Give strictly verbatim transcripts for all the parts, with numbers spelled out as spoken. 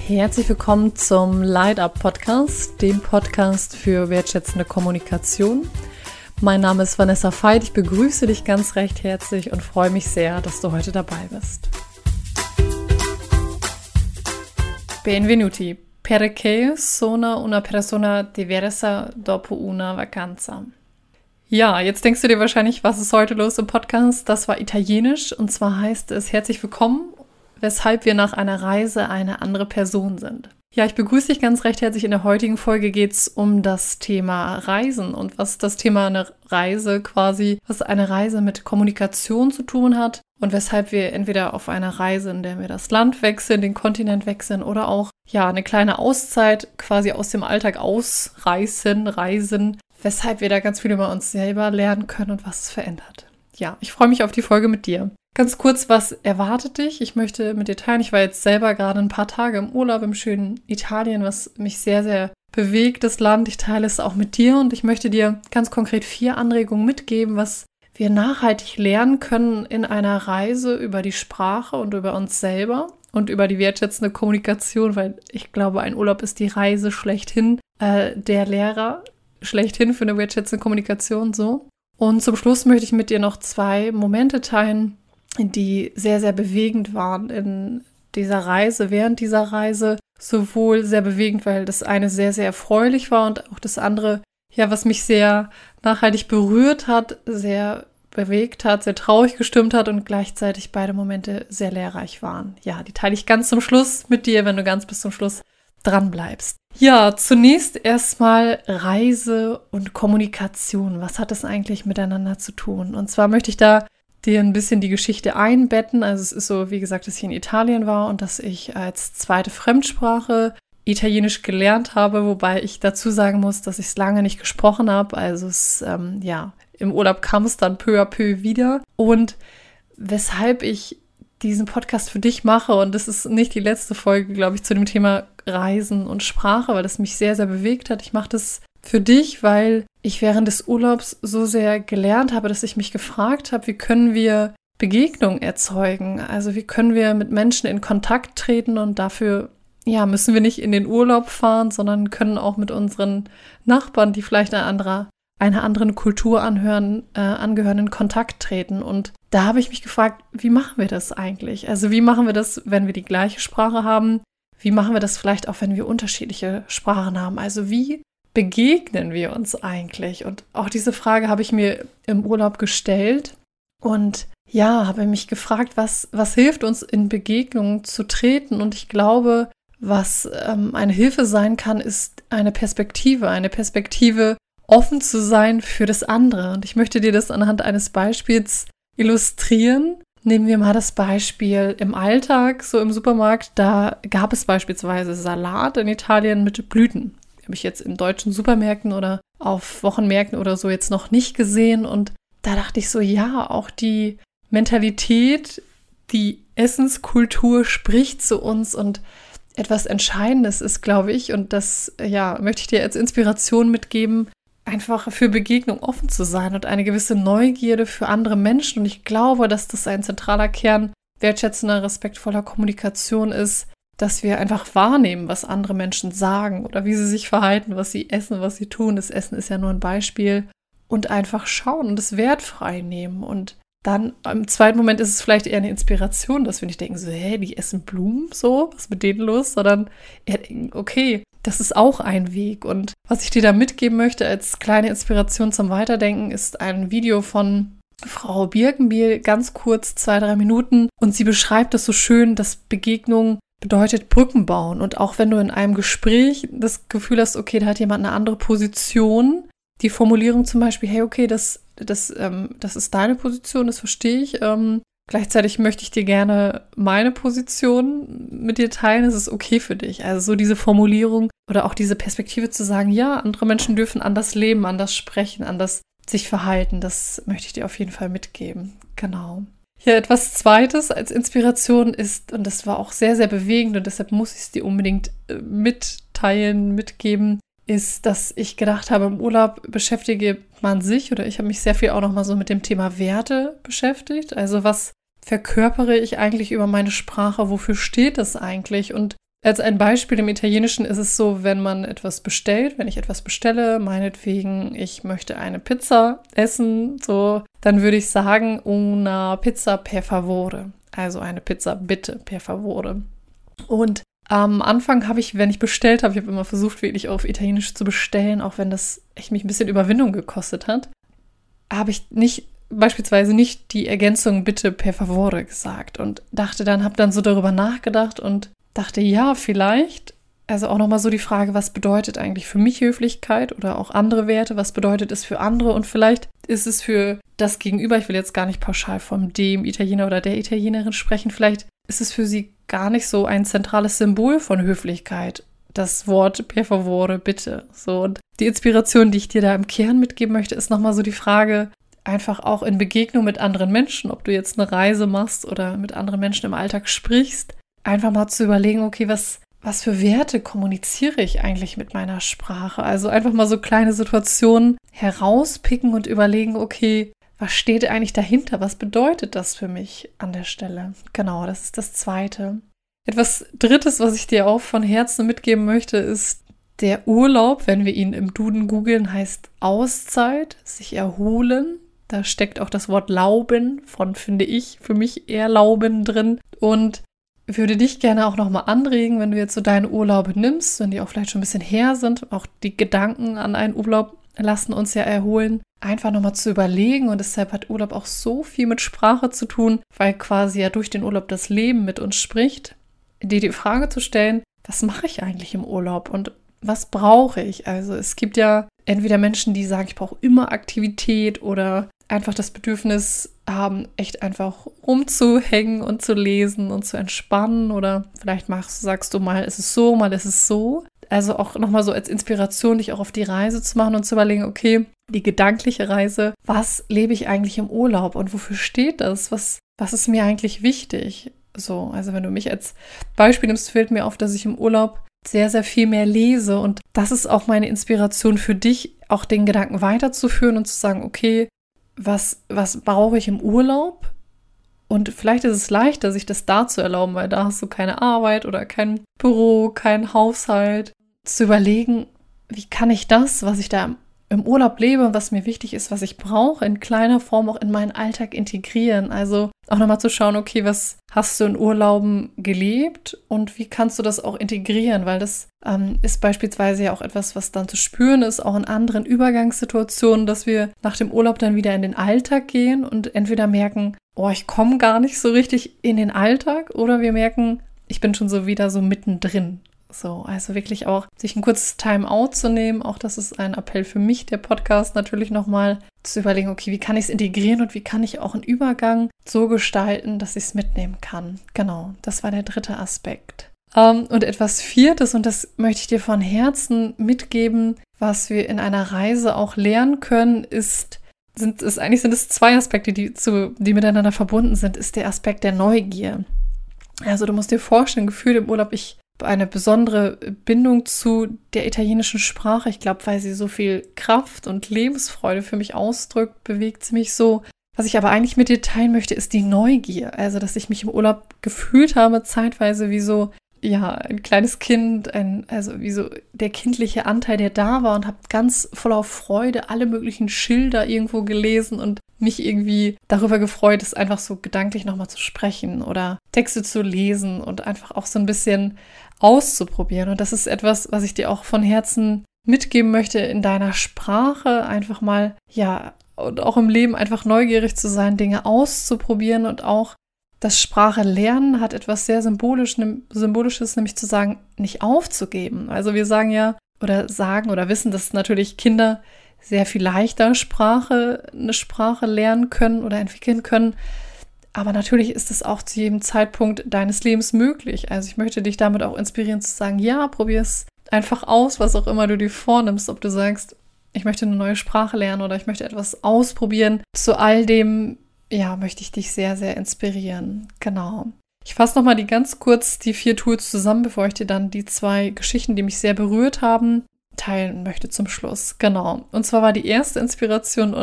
Herzlich willkommen zum Light Up Podcast, dem Podcast für wertschätzende Kommunikation. Mein Name ist Vanessa Veit, ich begrüße dich ganz recht herzlich und freue mich sehr, dass du heute dabei bist. Benvenuti, perché sono una persona diversa dopo una vacanza. Ja, jetzt denkst du dir wahrscheinlich, was ist heute los im Podcast? Das war Italienisch und zwar heißt es herzlich willkommen, weshalb wir nach einer Reise eine andere Person sind. Ja, ich begrüße dich ganz recht herzlich. In der heutigen Folge geht es um das Thema Reisen und was das Thema eine Reise quasi, was eine Reise mit Kommunikation zu tun hat und weshalb wir entweder auf einer Reise, in der wir das Land wechseln, den Kontinent wechseln oder auch ja eine kleine Auszeit quasi aus dem Alltag ausreißen, reisen, weshalb wir da ganz viel über uns selber lernen können und was es verändert. Ja, ich freue mich auf die Folge mit dir. Ganz kurz, was erwartet dich? Ich möchte mit dir teilen, ich war jetzt selber gerade ein paar Tage im Urlaub im schönen Italien, was mich sehr, sehr bewegt, das Land. Ich teile es auch mit dir und ich möchte dir ganz konkret vier Anregungen mitgeben, was wir nachhaltig lernen können in einer Reise über die Sprache und über uns selber und über die wertschätzende Kommunikation, weil ich glaube, ein Urlaub ist die Reise schlechthin, äh, der Lehrer schlechthin für eine wertschätzende Kommunikation, so. Und zum Schluss möchte ich mit dir noch zwei Momente teilen, die sehr, sehr bewegend waren in dieser Reise, während dieser Reise. Sowohl sehr bewegend, weil das eine sehr, sehr erfreulich war und auch das andere, ja, was mich sehr nachhaltig berührt hat, sehr bewegt hat, sehr traurig gestimmt hat und gleichzeitig beide Momente sehr lehrreich waren. Ja, die teile ich ganz zum Schluss mit dir, wenn du ganz bis zum Schluss dran bleibst. Ja, zunächst erstmal Reise und Kommunikation. Was hat das eigentlich miteinander zu tun? Und zwar möchte ich da dir ein bisschen die Geschichte einbetten. Also es ist so, wie gesagt, dass ich in Italien war und dass ich als zweite Fremdsprache Italienisch gelernt habe, wobei ich dazu sagen muss, dass ich es lange nicht gesprochen habe. Also es, ähm, ja, im Urlaub kam es dann peu à peu wieder. Und weshalb ich diesen Podcast für dich mache, und das ist nicht die letzte Folge, glaube ich, zu dem Thema Reisen und Sprache, weil das mich sehr, sehr bewegt hat. Ich mache das für dich, weil ich während des Urlaubs so sehr gelernt habe, dass ich mich gefragt habe, wie können wir Begegnung erzeugen? Also wie können wir mit Menschen in Kontakt treten und dafür, ja, müssen wir nicht in den Urlaub fahren, sondern können auch mit unseren Nachbarn, die vielleicht eine andere, einer anderen Kultur anhören, äh, angehören, in Kontakt treten. Und da habe ich mich gefragt, wie machen wir das eigentlich? Also wie machen wir das, wenn wir die gleiche Sprache haben? Wie machen wir das vielleicht auch, wenn wir unterschiedliche Sprachen haben? Also wie begegnen wir uns eigentlich? Und auch diese Frage habe ich mir im Urlaub gestellt und ja, habe mich gefragt, was, was hilft uns in Begegnungen zu treten? Und ich glaube, was ähm, eine Hilfe sein kann, ist eine Perspektive, eine Perspektive, offen zu sein für das andere. Und ich möchte dir das anhand eines Beispiels illustrieren. Nehmen wir mal das Beispiel im Alltag, so im Supermarkt, da gab es beispielsweise Salat in Italien mit Blüten. Habe ich jetzt in deutschen Supermärkten oder auf Wochenmärkten oder so jetzt noch nicht gesehen. Und da dachte ich so, ja, auch die Mentalität, die Essenskultur spricht zu uns und etwas Entscheidendes ist, glaube ich, und das, ja, möchte ich dir als Inspiration mitgeben, einfach für Begegnung offen zu sein und eine gewisse Neugierde für andere Menschen. Und ich glaube, dass das ein zentraler Kern wertschätzender, respektvoller Kommunikation ist, dass wir einfach wahrnehmen, was andere Menschen sagen oder wie sie sich verhalten, was sie essen, was sie tun. Das Essen ist ja nur ein Beispiel. Und einfach schauen und es wertfrei nehmen. Und dann im zweiten Moment ist es vielleicht eher eine Inspiration, dass wir nicht denken, so, hä, die essen Blumen, so, was ist mit denen los? Sondern eher denken, okay, das ist auch ein Weg. Und was ich dir da mitgeben möchte als kleine Inspiration zum Weiterdenken, ist ein Video von Frau Birkenbiel, ganz kurz, zwei, drei Minuten. Und sie beschreibt das so schön, dass Begegnung bedeutet Brücken bauen. Und auch wenn du in einem Gespräch das Gefühl hast, okay, da hat jemand eine andere Position, die Formulierung zum Beispiel, hey, okay, das, das, ähm, das ist deine Position, das verstehe ich. Ähm, gleichzeitig möchte ich dir gerne meine Position mit dir teilen, es ist okay für dich. Also so diese Formulierung oder auch diese Perspektive zu sagen, ja, andere Menschen dürfen anders leben, anders sprechen, anders sich verhalten, das möchte ich dir auf jeden Fall mitgeben. Genau. Ja, etwas Zweites als Inspiration ist, und das war auch sehr, sehr bewegend und deshalb muss ich es dir unbedingt mitteilen, mitgeben, ist, dass ich gedacht habe, im Urlaub beschäftige man sich, oder ich habe mich sehr viel auch nochmal so mit dem Thema Werte beschäftigt. Also was verkörpere ich eigentlich über meine Sprache? Wofür steht das eigentlich? Und Als ein Beispiel im Italienischen ist es so, wenn man etwas bestellt, wenn ich etwas bestelle, meinetwegen, ich möchte eine Pizza essen, so, dann würde ich sagen, una pizza per favore. Also eine Pizza bitte per favore. Und am Anfang habe ich, wenn ich bestellt habe, ich habe immer versucht, wirklich auf Italienisch zu bestellen, auch wenn das echt mich ein bisschen Überwindung gekostet hat, habe ich nicht, beispielsweise nicht die Ergänzung bitte per favore gesagt und dachte dann, habe dann so darüber nachgedacht und dachte, ja, vielleicht, also auch nochmal so die Frage, was bedeutet eigentlich für mich Höflichkeit oder auch andere Werte, was bedeutet es für andere und vielleicht ist es für das Gegenüber, ich will jetzt gar nicht pauschal von dem Italiener oder der Italienerin sprechen, vielleicht ist es für sie gar nicht so ein zentrales Symbol von Höflichkeit, das Wort per favore, bitte. So, und die Inspiration, die ich dir da im Kern mitgeben möchte, ist nochmal so die Frage, einfach auch in Begegnung mit anderen Menschen, ob du jetzt eine Reise machst oder mit anderen Menschen im Alltag sprichst, einfach mal zu überlegen, okay, was, was für Werte kommuniziere ich eigentlich mit meiner Sprache? Also einfach mal so kleine Situationen herauspicken und überlegen, okay, was steht eigentlich dahinter? Was bedeutet das für mich an der Stelle? Genau, das ist das Zweite. Etwas Drittes, was ich dir auch von Herzen mitgeben möchte, ist der Urlaub, wenn wir ihn im Duden googeln, heißt Auszeit, sich erholen. Da steckt auch das Wort Lauben von, finde ich, für mich eher Lauben drin. Und würde dich gerne auch nochmal anregen, wenn du jetzt so deine Urlaube nimmst, wenn die auch vielleicht schon ein bisschen her sind, auch die Gedanken an einen Urlaub lassen uns ja erholen, einfach nochmal zu überlegen und deshalb hat Urlaub auch so viel mit Sprache zu tun, weil quasi ja durch den Urlaub das Leben mit uns spricht, dir die Frage zu stellen, was mache ich eigentlich im Urlaub und was brauche ich? Also es gibt ja entweder Menschen, die sagen, ich brauche immer Aktivität oder einfach das Bedürfnis haben, echt einfach rumzuhängen und zu lesen und zu entspannen oder vielleicht machst, sagst du mal, ist es so, mal ist es so. Also auch nochmal so als Inspiration, dich auch auf die Reise zu machen und zu überlegen, okay, die gedankliche Reise, was lebe ich eigentlich im Urlaub und wofür steht das? Was, was ist mir eigentlich wichtig? So, also wenn du mich als Beispiel nimmst, fällt mir auf, dass ich im Urlaub sehr, sehr viel mehr lese und das ist auch meine Inspiration für dich, auch den Gedanken weiterzuführen und zu sagen, okay, was, was brauche ich im Urlaub? Und vielleicht ist es leichter, sich das da zu erlauben, weil da hast du keine Arbeit oder kein Büro, kein Haushalt. Zu überlegen, wie kann ich das, was ich da im Urlaub lebe, was mir wichtig ist, was ich brauche, in kleiner Form auch in meinen Alltag integrieren. Also auch nochmal zu schauen, okay, was hast du in Urlauben gelebt und wie kannst du das auch integrieren? Weil das ähm, ist beispielsweise ja auch etwas, was dann zu spüren ist, auch in anderen Übergangssituationen, dass wir nach dem Urlaub dann wieder in den Alltag gehen und entweder merken, oh, ich komme gar nicht so richtig in den Alltag oder wir merken, ich bin schon so wieder so mittendrin. So, also wirklich auch sich ein kurzes Time-out zu nehmen, auch das ist ein Appell für mich, der Podcast natürlich nochmal zu überlegen, okay, wie kann ich es integrieren und wie kann ich auch einen Übergang so gestalten, dass ich es mitnehmen kann. Genau, das war der dritte Aspekt. Ähm, und etwas Viertes, und das möchte ich dir von Herzen mitgeben, was wir in einer Reise auch lernen können, ist, sind es eigentlich sind es zwei Aspekte, die, zu, die miteinander verbunden sind, ist der Aspekt der Neugier. Also du musst dir vorstellen, gefühlt im Urlaub, ich eine besondere Bindung zu der italienischen Sprache. Ich glaube, weil sie so viel Kraft und Lebensfreude für mich ausdrückt, bewegt sie mich so. Was ich aber eigentlich mit dir teilen möchte, ist die Neugier. Also, dass ich mich im Urlaub gefühlt habe, zeitweise wie so, ja, ein kleines Kind, ein, also wie so der kindliche Anteil, der da war und habe ganz voller Freude alle möglichen Schilder irgendwo gelesen und mich irgendwie darüber gefreut, es einfach so gedanklich nochmal zu sprechen oder Texte zu lesen und einfach auch so ein bisschen auszuprobieren. Und das ist etwas, was ich dir auch von Herzen mitgeben möchte in deiner Sprache, einfach mal, ja, und auch im Leben einfach neugierig zu sein, Dinge auszuprobieren und auch das Sprache lernen hat etwas sehr Symbolisch, Symbolisches, nämlich zu sagen, nicht aufzugeben. Also wir sagen ja oder sagen oder wissen, dass natürlich Kinder sehr viel leichter Sprache, eine Sprache lernen können oder entwickeln können. Aber natürlich ist es auch zu jedem Zeitpunkt deines Lebens möglich. Also ich möchte dich damit auch inspirieren zu sagen, ja, probier es einfach aus, was auch immer du dir vornimmst. Ob du sagst, ich möchte eine neue Sprache lernen oder ich möchte etwas ausprobieren. Zu all dem, ja, möchte ich dich sehr, sehr inspirieren. Genau. Ich fasse nochmal die ganz kurz die vier Tools zusammen, bevor ich dir dann die zwei Geschichten, die mich sehr berührt haben, teilen möchte zum Schluss. Genau. Und zwar war die erste Inspiration und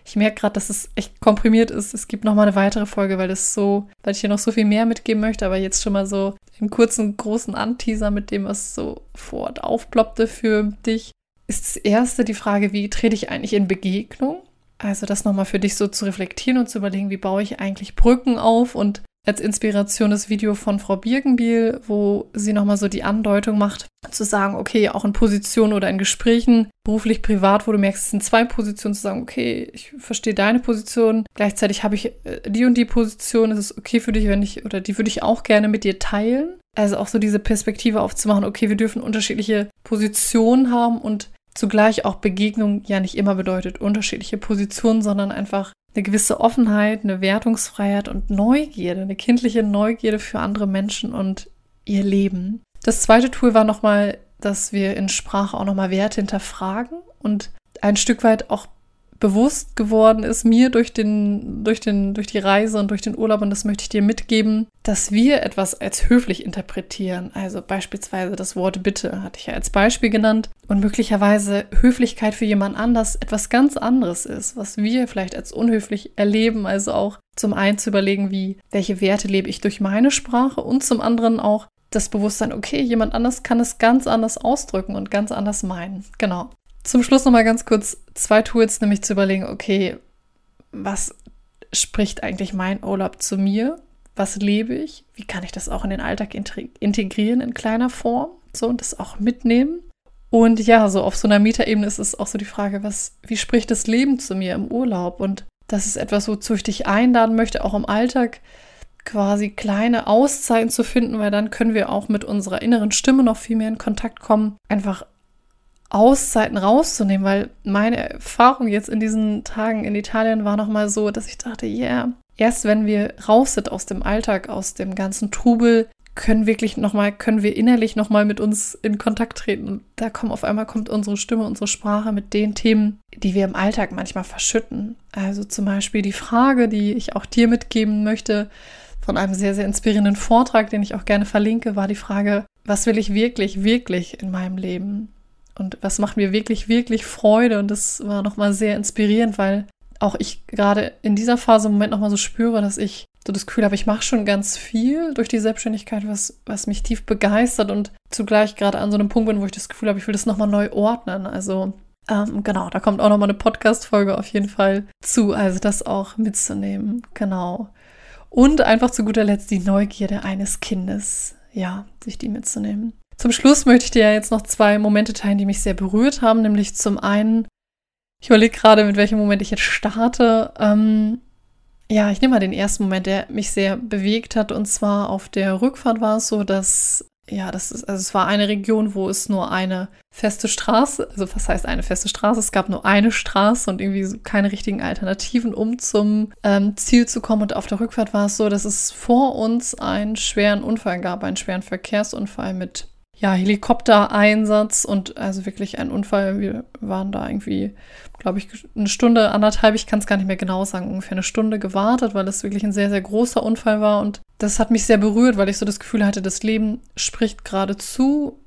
ich merke gerade, dass es echt komprimiert ist. Es gibt nochmal eine weitere Folge, weil das so, weil ich dir noch so viel mehr mitgeben möchte, aber jetzt schon mal so im kurzen, großen Anteaser mit dem, was sofort aufploppte für dich, ist das erste die Frage, wie trete ich eigentlich in Begegnung? Also das nochmal für dich so zu reflektieren und zu überlegen, wie baue ich eigentlich Brücken auf, und als Inspiration das Video von Frau Birkenbiel, wo sie nochmal so die Andeutung macht, zu sagen, okay, auch in Positionen oder in Gesprächen, beruflich, privat, wo du merkst, es sind zwei Positionen, zu sagen, okay, ich verstehe deine Position, gleichzeitig habe ich die und die Position, ist es okay für dich, wenn ich, oder die würde ich auch gerne mit dir teilen. Also auch so diese Perspektive aufzumachen, okay, wir dürfen unterschiedliche Positionen haben und zugleich auch Begegnung ja nicht immer bedeutet unterschiedliche Positionen, sondern einfach eine gewisse Offenheit, eine Wertungsfreiheit und Neugierde, eine kindliche Neugierde für andere Menschen und ihr Leben. Das zweite Tool war nochmal, dass wir in Sprache auch nochmal Werte hinterfragen und ein Stück weit auch bewusst geworden ist mir durch den, durch den, durch die Reise und durch den Urlaub, und das möchte ich dir mitgeben, dass wir etwas als höflich interpretieren. Also beispielsweise das Wort Bitte hatte ich ja als Beispiel genannt, und möglicherweise Höflichkeit für jemand anders etwas ganz anderes ist, was wir vielleicht als unhöflich erleben. Also auch zum einen zu überlegen, wie, welche Werte lebe ich durch meine Sprache, und zum anderen auch das Bewusstsein, okay, jemand anders kann es ganz anders ausdrücken und ganz anders meinen. Genau. Zum Schluss nochmal ganz kurz zwei Tools, nämlich zu überlegen, okay, was spricht eigentlich mein Urlaub zu mir? Was lebe ich? Wie kann ich das auch in den Alltag integrieren in kleiner Form? So, und das auch mitnehmen. Und ja, so auf so einer Metaebene ist es auch so die Frage, was, wie spricht das Leben zu mir im Urlaub? Und das ist etwas, wozu ich dich einladen möchte, auch im Alltag quasi kleine Auszeiten zu finden, weil dann können wir auch mit unserer inneren Stimme noch viel mehr in Kontakt kommen, einfach Auszeiten rauszunehmen, weil meine Erfahrung jetzt in diesen Tagen in Italien war nochmal so, dass ich dachte, ja, yeah, erst wenn wir raus sind aus dem Alltag, aus dem ganzen Trubel, können wirklich nochmal, können wir innerlich nochmal mit uns in Kontakt treten. Und da kommt auf einmal kommt unsere Stimme, unsere Sprache mit den Themen, die wir im Alltag manchmal verschütten. Also zum Beispiel die Frage, die ich auch dir mitgeben möchte, von einem sehr, sehr inspirierenden Vortrag, den ich auch gerne verlinke, war die Frage, was will ich wirklich, wirklich in meinem Leben? Und was macht mir wirklich, wirklich Freude? Und das war nochmal sehr inspirierend, weil auch ich gerade in dieser Phase im Moment nochmal so spüre, dass ich so das Gefühl habe, ich mache schon ganz viel durch die Selbstständigkeit, was, was mich tief begeistert, und zugleich gerade an so einem Punkt bin, wo ich das Gefühl habe, ich will das nochmal neu ordnen. Also ähm, genau, da kommt auch nochmal eine Podcast-Folge auf jeden Fall zu, also das auch mitzunehmen. Genau. Und einfach zu guter Letzt die Neugierde eines Kindes, ja, sich die mitzunehmen. Zum Schluss möchte ich dir jetzt noch zwei Momente teilen, die mich sehr berührt haben, nämlich zum einen, ich überlege gerade, mit welchem Moment ich jetzt starte. Ähm, ja, ich nehme mal den ersten Moment, der mich sehr bewegt hat, und zwar auf der Rückfahrt war es so, dass, ja, das ist, also es war eine Region, wo es nur eine feste Straße, also was heißt eine feste Straße? Es gab nur eine Straße und irgendwie so keine richtigen Alternativen, um zum ähm, Ziel zu kommen. Und auf der Rückfahrt war es so, dass es vor uns einen schweren Unfall gab, einen schweren Verkehrsunfall mit ja, Helikoptereinsatz, und also wirklich ein Unfall. Wir waren da irgendwie, glaube ich, eine Stunde, anderthalb, ich kann es gar nicht mehr genau sagen, ungefähr eine Stunde gewartet, weil es wirklich ein sehr, sehr großer Unfall war. Und das hat mich sehr berührt, weil ich so das Gefühl hatte, das Leben spricht gerade zu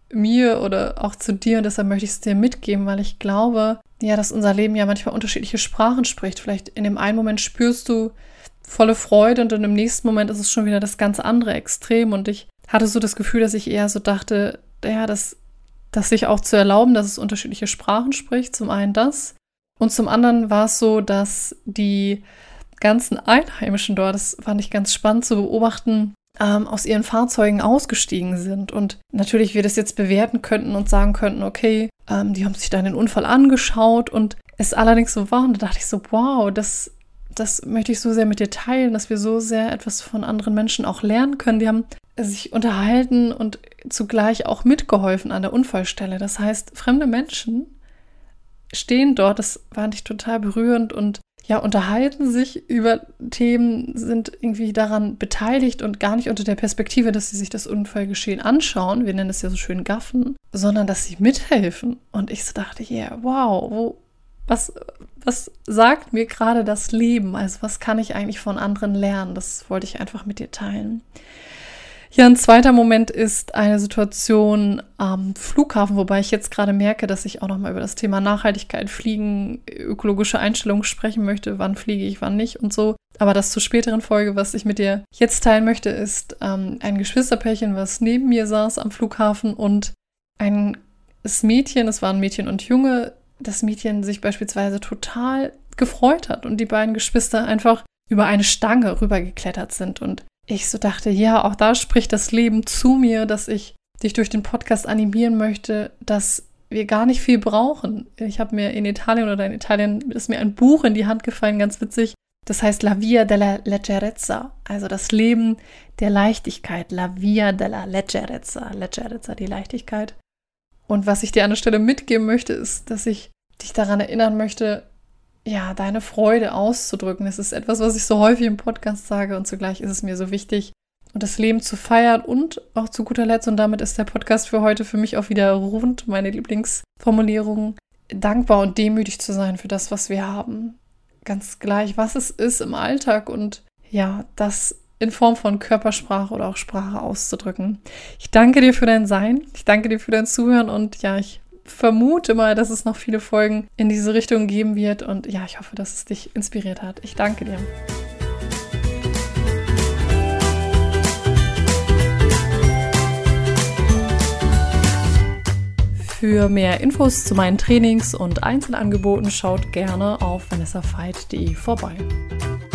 mir oder auch zu dir, und deshalb möchte ich es dir mitgeben, weil ich glaube, ja, dass unser Leben ja manchmal unterschiedliche Sprachen spricht. Vielleicht in dem einen Moment spürst du volle Freude und in dem nächsten Moment ist es schon wieder das ganz andere Extrem, und ich hatte so das Gefühl, dass ich eher so dachte, ja, dass, dass sich auch zu erlauben, dass es unterschiedliche Sprachen spricht, zum einen das. Und zum anderen war es so, dass die ganzen Einheimischen dort, das fand ich ganz spannend zu beobachten, ähm, aus ihren Fahrzeugen ausgestiegen sind. Und natürlich wir das jetzt bewerten könnten und sagen könnten, okay, ähm, die haben sich dann den Unfall angeschaut, und es allerdings so war. Und da dachte ich so, wow, das, das möchte ich so sehr mit dir teilen, dass wir so sehr etwas von anderen Menschen auch lernen können. Die haben sich unterhalten und zugleich auch mitgeholfen an der Unfallstelle. Das heißt, fremde Menschen stehen dort, das fand ich total berührend, und ja, unterhalten sich über Themen, sind irgendwie daran beteiligt und gar nicht unter der Perspektive, dass sie sich das Unfallgeschehen anschauen, wir nennen es ja so schön Gaffen, sondern dass sie mithelfen. Und ich so dachte, ja, yeah, wow, wo, was, was sagt mir gerade das Leben? Also was kann ich eigentlich von anderen lernen? Das wollte ich einfach mit dir teilen. Ja, ein zweiter Moment ist eine Situation am Flughafen, wobei ich jetzt gerade merke, dass ich auch nochmal über das Thema Nachhaltigkeit, Fliegen, ökologische Einstellungen sprechen möchte. Wann fliege ich, wann nicht und so. Aber das zur späteren Folge, was ich mit dir jetzt teilen möchte, ist ähm, ein Geschwisterpärchen, was neben mir saß am Flughafen und ein das Mädchen, es waren Mädchen und Junge, das Mädchen sich beispielsweise total gefreut hat und die beiden Geschwister einfach über eine Stange rübergeklettert sind. Und ich so dachte, ja, auch da spricht das Leben zu mir, dass ich dich durch den Podcast animieren möchte, dass wir gar nicht viel brauchen. Ich habe mir in Italien oder in Italien ist mir ein Buch in die Hand gefallen, ganz witzig. Das heißt La Via della Leggerezza, also das Leben der Leichtigkeit. La Via della Leggerezza, Leggerezza, die Leichtigkeit. Und was ich dir an der Stelle mitgeben möchte, ist, dass ich dich daran erinnern möchte, ja, deine Freude auszudrücken. Das ist etwas, was ich so häufig im Podcast sage und zugleich ist es mir so wichtig, und das Leben zu feiern und auch zu guter Letzt, und damit ist der Podcast für heute für mich auch wieder rund, meine Lieblingsformulierung, dankbar und demütig zu sein für das, was wir haben. Ganz gleich, was es ist im Alltag und ja, das in Form von Körpersprache oder auch Sprache auszudrücken. Ich danke dir für dein Sein, ich danke dir für dein Zuhören und ja, ich vermute mal, dass es noch viele Folgen in diese Richtung geben wird und ja, ich hoffe, dass es dich inspiriert hat. Ich danke dir. Für mehr Infos zu meinen Trainings und Einzelangeboten schaut gerne auf vanessa veit punkt de vorbei.